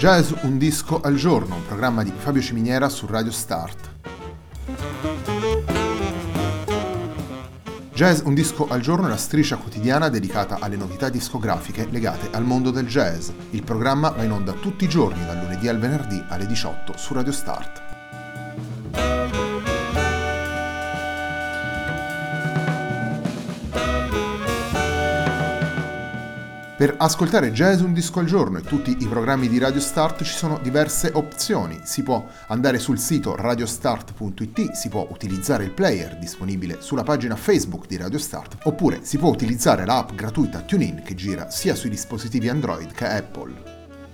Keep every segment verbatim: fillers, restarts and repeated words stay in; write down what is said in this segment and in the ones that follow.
Jazz un disco al giorno, un programma di Fabio Ciminiera su Radio Start. Jazz un disco al giorno è la striscia quotidiana dedicata alle novità discografiche legate al mondo del jazz. Il programma va in onda tutti i giorni, dal lunedì al venerdì alle diciotto su Radio Start. Per ascoltare Jazz un disco al giorno e tutti i programmi di Radio Start ci sono diverse opzioni. Si può andare sul sito radiostart punto it, si può utilizzare il player disponibile sulla pagina Facebook di Radio Start, oppure si può utilizzare l'app gratuita TuneIn che gira sia sui dispositivi Android che Apple.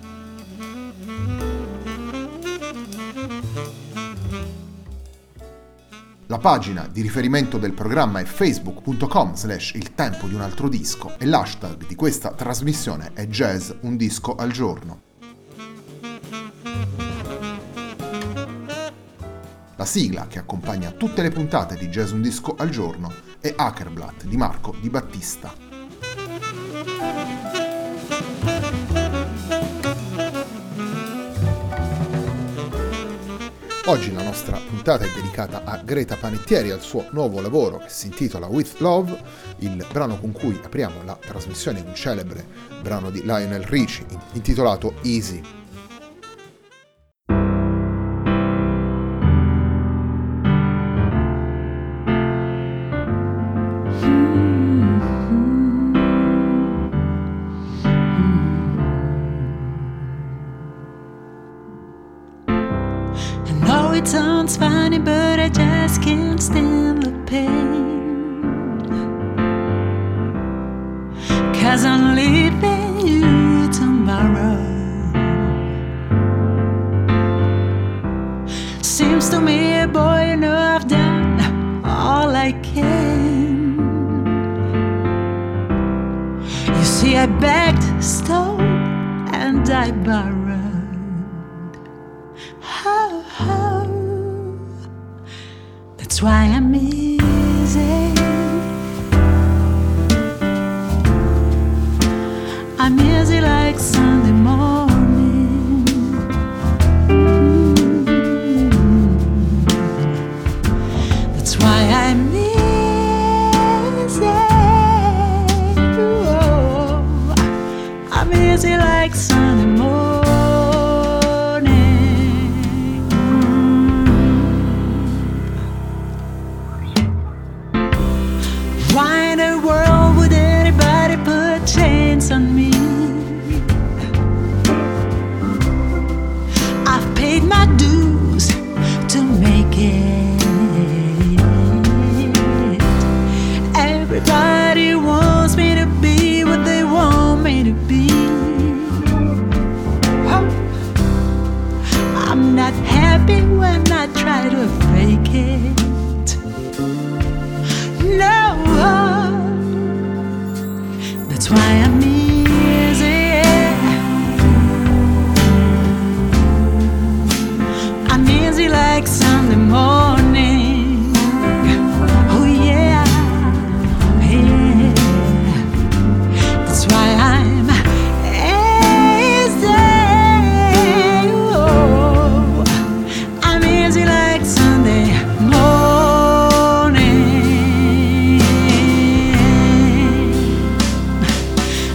La pagina di riferimento del programma è facebook punto com slash il tempo di un altro disco e l'hashtag di questa trasmissione è Jazz un disco al giorno. La sigla che accompagna tutte le puntate di Jazz un disco al giorno è Hackerblatt di Marco Di Battista. Oggi la nostra puntata è dedicata a Greta Panettiere e al suo nuovo lavoro che si intitola With Love. Il brano con cui apriamo la trasmissione è un celebre brano di Lionel Richie intitolato Easy. It sounds funny, but I just can't stand the pain. 'Cause I'm leaving you tomorrow. Seems to me, boy, you know I've done all I can. You see, I begged, stole, and I borrowed. How, how? That's why I'm easy. I'm easy like Sunday morning. Mm-hmm. That's why I'm easy. Oh, I'm easy like Sunday morning. On me, I've paid my dues to make it. Everybody wants me to be what they want me to be. I'm not happy when I try to fake it. No, that's why I'm easy. I'm easy like Sunday morning. Oh yeah, yeah. That's why I'm easy. Oh, I'm easy like Sunday morning.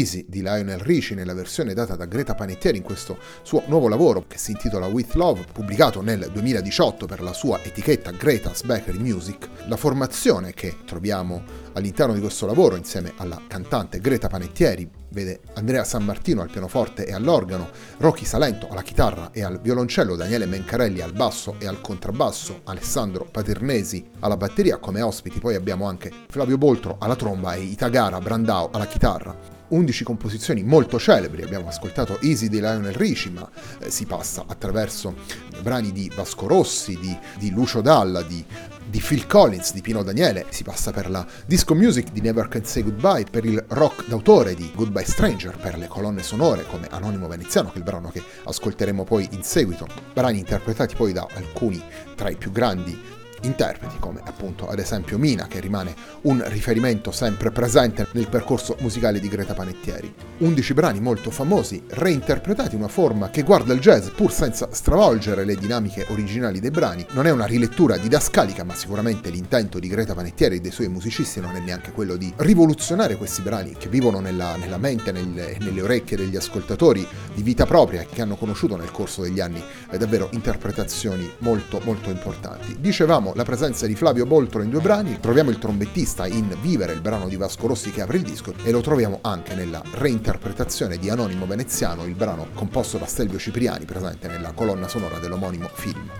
Easy di Lionel Richie nella versione data da Greta Panettiere in questo suo nuovo lavoro che si intitola With Love, pubblicato nel duemiladiciotto per la sua etichetta Greta's Bakery Music. La formazione che troviamo all'interno di questo lavoro insieme alla cantante Greta Panettieri vede Andrea Sammartino al pianoforte e all'organo, Rocky Salento alla chitarra e al violoncello, Daniele Mencarelli al basso e al contrabbasso, Alessandro Paternesi alla batteria. Come ospiti poi abbiamo anche Flavio Boltro alla tromba e Itagara Brandao alla chitarra. undici composizioni molto celebri, abbiamo ascoltato Easy di Lionel Richie, ma eh, si passa attraverso brani di Vasco Rossi, di, di Lucio Dalla, di, di Phil Collins, di Pino Daniele, si passa per la disco music di Never Can Say Goodbye, per il rock d'autore di Goodbye Stranger, per le colonne sonore come Anonimo Veneziano, che è il brano che ascolteremo poi in seguito, brani interpretati poi da alcuni tra i più grandi interpreti, come appunto ad esempio Mina, che rimane un riferimento sempre presente nel percorso musicale di Greta Panettieri. undici brani molto famosi, reinterpretati in una forma che guarda il jazz pur senza stravolgere le dinamiche originali dei brani. Non è una rilettura didascalica, ma sicuramente l'intento di Greta Panettieri e dei suoi musicisti non è neanche quello di rivoluzionare questi brani che vivono nella, nella mente, nelle, nelle orecchie degli ascoltatori di vita propria e che hanno conosciuto nel corso degli anni eh, davvero interpretazioni molto molto importanti. Dicevamo la presenza di Flavio Boltro in due brani, troviamo il trombettista in Vivere, il brano di Vasco Rossi che apre il disco, e lo troviamo anche nella reinterpretazione di Anonimo Veneziano, il brano composto da Stelvio Cipriani, presente nella colonna sonora dell'omonimo film.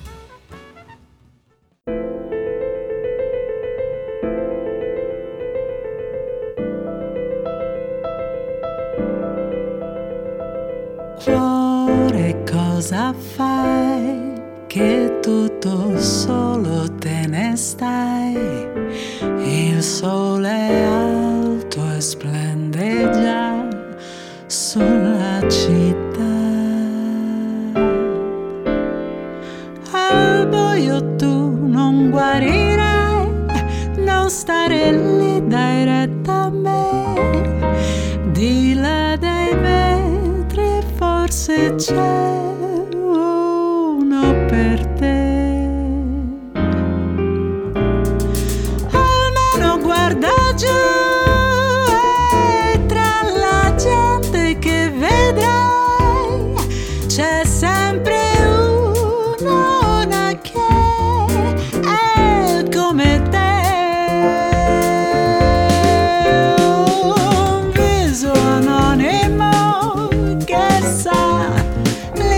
Cuore, cosa fai? Che tutto solo te ne stai, il sole è alto e splende già sulla città. Al buio tu non guarirai, non stare lì, dai retta a me, di là dai vetri forse c'è per te. Almeno guarda giù e tra la gente che vedrai c'è sempre uno, una che è come te. Un viso anonimo che sa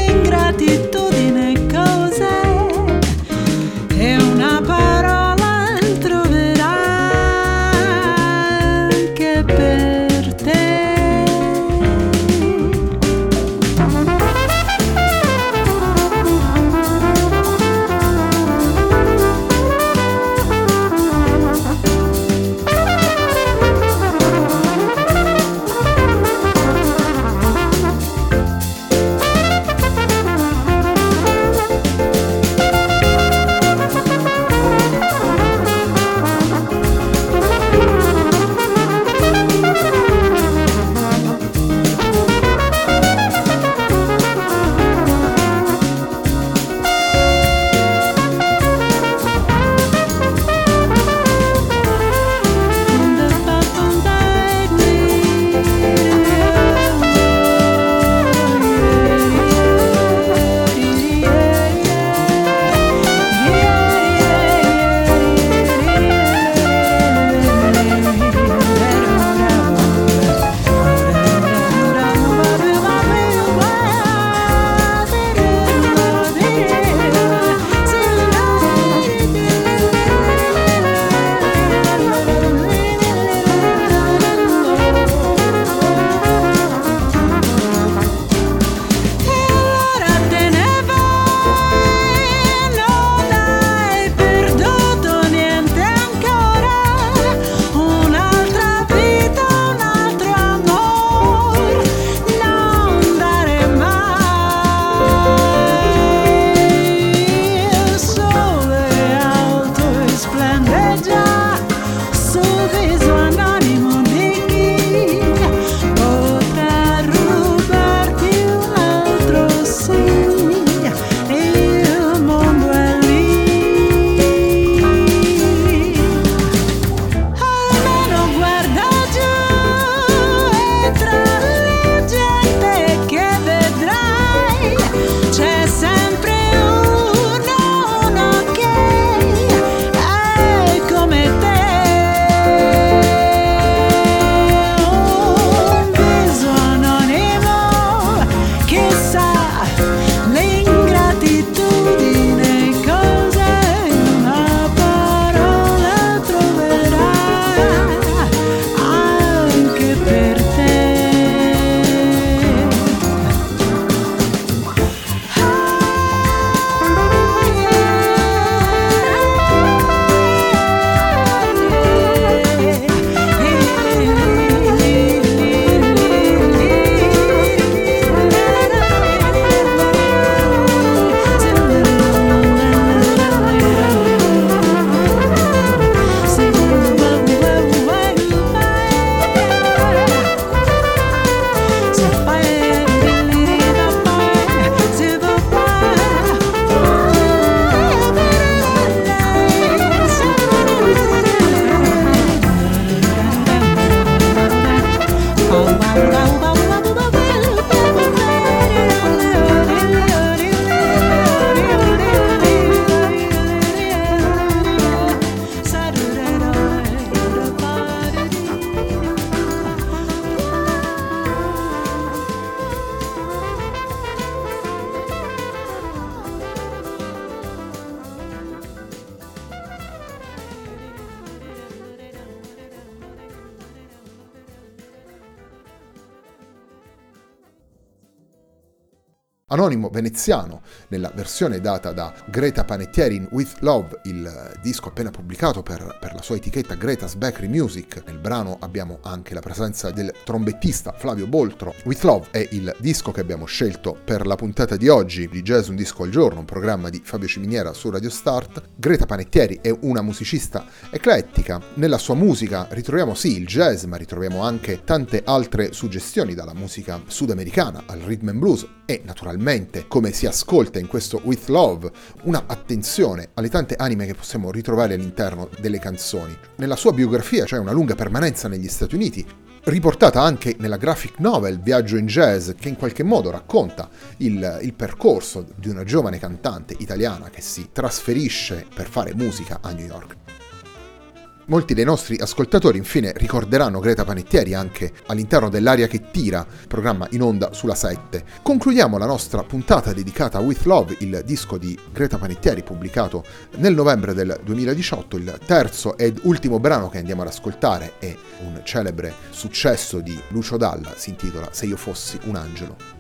Anonimo veneziano, nella versione data da Greta Panettieri in With Love, il disco appena pubblicato per, per la sua etichetta Greta's Bakery Music. Nel brano abbiamo anche la presenza del trombettista Flavio Boltro. With Love è il disco che abbiamo scelto per la puntata di oggi di Jazz Un Disco al Giorno, un programma di Fabio Ciminiera su Radio Start. Greta Panettieri è una musicista eclettica. Nella sua musica ritroviamo sì il jazz, ma ritroviamo anche tante altre suggestioni, dalla musica sudamericana al rhythm and blues e naturalmente, come si ascolta in questo With Love, una attenzione alle tante anime che possiamo ritrovare all'interno delle canzoni. Nella sua biografia c'è una lunga permanenza negli Stati Uniti, riportata anche nella graphic novel Viaggio in Jazz, che in qualche modo racconta il, il percorso di una giovane cantante italiana che si trasferisce per fare musica a New York. Molti dei nostri ascoltatori infine ricorderanno Greta Panettieri anche all'interno dell'Aria che tira, programma in onda sulla sette. Concludiamo la nostra puntata dedicata a With Love, il disco di Greta Panettieri pubblicato nel novembre del duemiladiciotto. Il terzo ed ultimo brano che andiamo ad ascoltare è un celebre successo di Lucio Dalla, si intitola Se io fossi un angelo.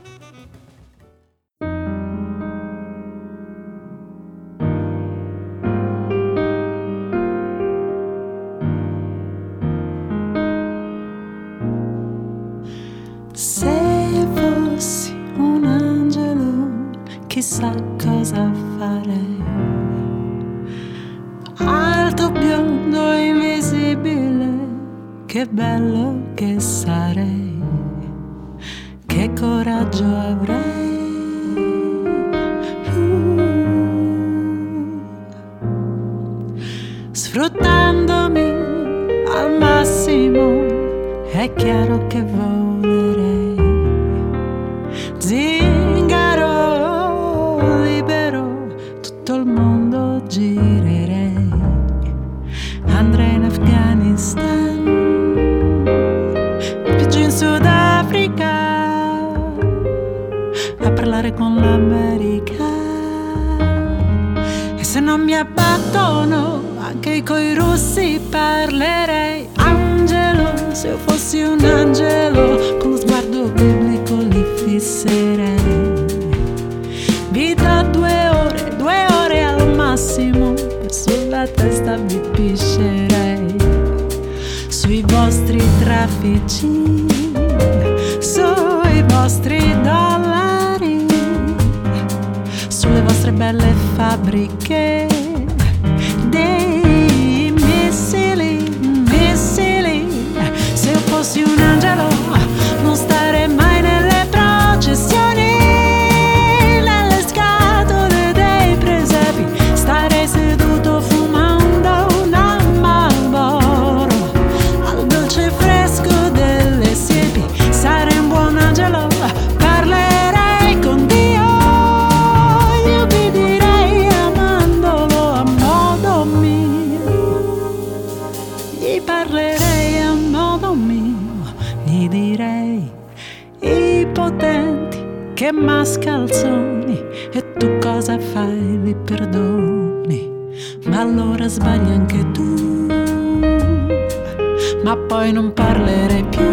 Se fossi un angelo, chissà cosa farei. Alto, biondo, invisibile, che bello che sarei. Che coraggio avrei. Uh. Sfruttandomi al massimo, è chiaro che volerei. Zingaro libero, tutto il mondo girerei. Andrei in Afghanistan, più giù in Sudafrica, a parlare con l'America. E se non mi abbattono, anche coi russi parlerei. Angelo, se io fossi un angelo, con lo sguardo biblico li fisserei. Vi do due ore, due ore al massimo, e sulla testa vi piscerei. Sui vostri traffici, sui vostri dollari, sulle vostre belle fabbriche dei missili, missili. Se io fossi un angelo, non starei mai nelle processioni, nelle scatole dei presepi. Starei seduto fumando una Marlboro al dolce fresco delle siepi. Sarei un buon angelo, parlerei con Dio. Io vi direi amandolo a modo mio. Gli parlerei a modo mio, gli direi: i potenti che mascalzoni, e tu cosa fai? Li perdoni, ma allora sbagli anche tu, ma poi non parlerei più.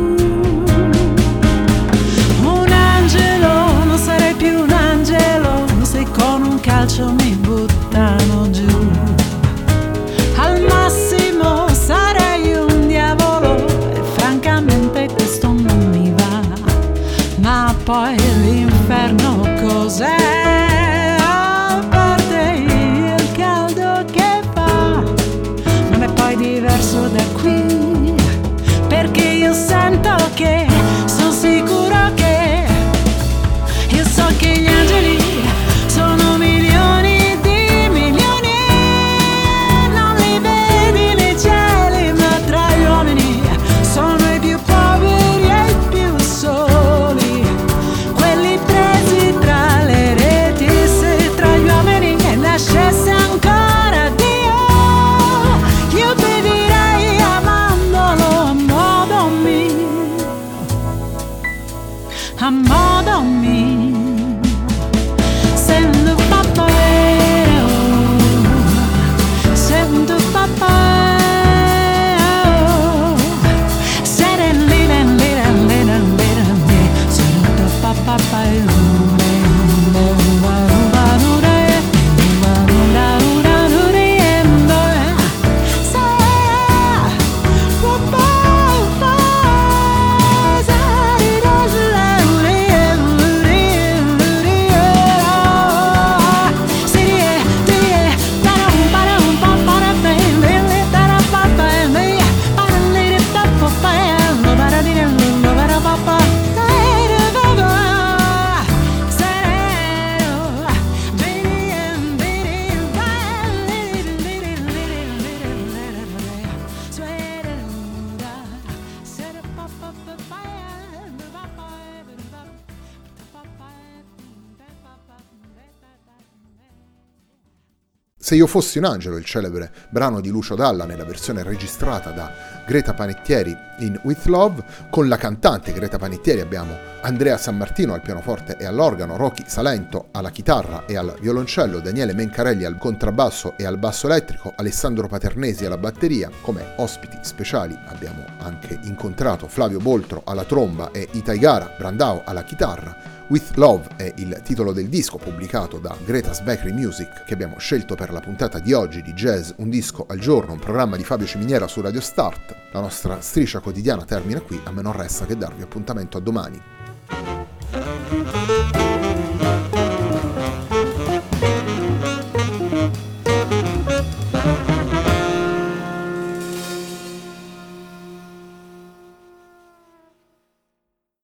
Un angelo, non sarei più un angelo, se con un calcio mi buttano giù. Al massimo sarei un diavolo, e francamente questo non mi va. Ma poi l'inferno cos'è? A parte il caldo che fa, non è poi diverso da qui, perché io sento che, sono sicuro che, io so che gli angeli sono milioni Se io fossi un angelo, il celebre brano di Lucio Dalla nella versione registrata da Greta Panettieri in With Love. Con la cantante Greta Panettieri abbiamo Andrea Sammartino al pianoforte e all'organo, Rocky Salento alla chitarra e al violoncello, Daniele Mencarelli al contrabbasso e al basso elettrico, Alessandro Paternesi alla batteria. Come ospiti speciali abbiamo anche incontrato Flavio Boltro alla tromba e Itaigara Brandao alla chitarra. With Love è il titolo del disco pubblicato da Greta's Bakery Music che abbiamo scelto per la puntata di oggi di Jazz Un Disco al Giorno, un programma di Fabio Ciminiera su Radio Start. La nostra striscia quotidiana termina qui, a me non resta che darvi appuntamento a domani.